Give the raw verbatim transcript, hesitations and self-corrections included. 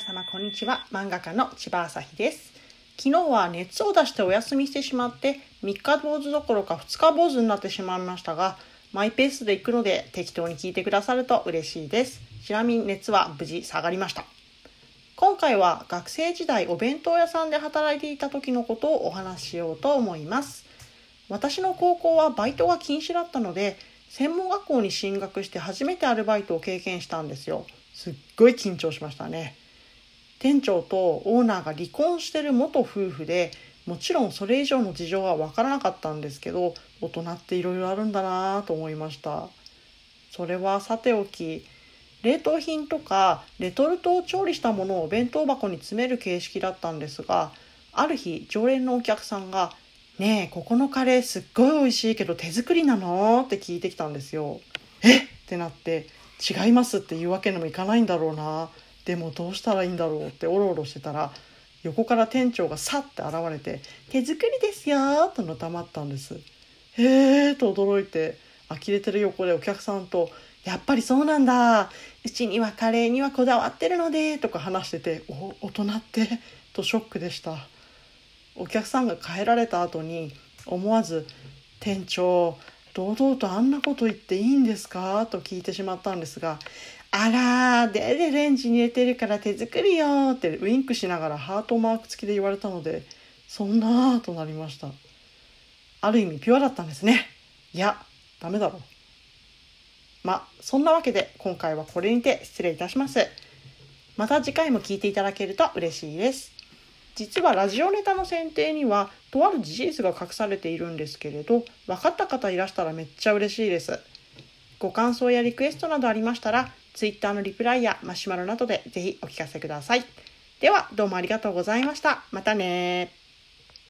様こんにちは。漫画家の千葉あさひです。昨日は熱を出してお休みしてしまってみっか坊主どころかふつか坊主になってしまいましたが、マイペースで行くので適当に聞いてくださると嬉しいです。ちなみに熱は無事下がりました。今回は学生時代お弁当屋さんで働いていた時のことをお話ししようと思います。私の高校はバイトが禁止だったので、専門学校に進学して初めてアルバイトを経験したんですよ。すっごい緊張しましたね。店長とオーナーが離婚してる元夫婦で、もちろんそれ以上の事情は分からなかったんですけど、大人っていろいろあるんだなと思いました。それはさておき、冷凍品とかレトルトを調理したものを弁当箱に詰める形式だったんですが、ある日常連のお客さんがねえ、ここのカレーすっごい美味しいけど手作りなのって聞いてきたんですよ。えってなって、違いますっていうわけにもいかないんだろうな。でもどうしたらいいんだろうっておろおろしてたら、横から店長がさって現れて、手作りですよとのたまったんです。へーと驚いて、呆れてる横でお客さんと、やっぱりそうなんだ、うちにはカレーにはこだわってるのでとか話してて、お、大人ってとショックでした。お客さんが帰られた後に思わず、店長堂々とあんなこと言っていいんですかと聞いてしまったんですが、あらーででレンジに入れてるから手作りよってウインクしながらハートマーク付きで言われたので、そんなーとなりました。ある意味ピュアだったんですね。いやダメだろう。まあそんなわけで今回はこれにて失礼いたします。また次回も聞いていただけると嬉しいです。実はラジオネタの選定にはとある事実が隠されているんですけれど、分かった方いらしたらめっちゃ嬉しいです。ご感想やリクエストなどありましたら Twitter のリプライやマシュマロなどでぜひお聞かせください。ではどうもありがとうございました。またね。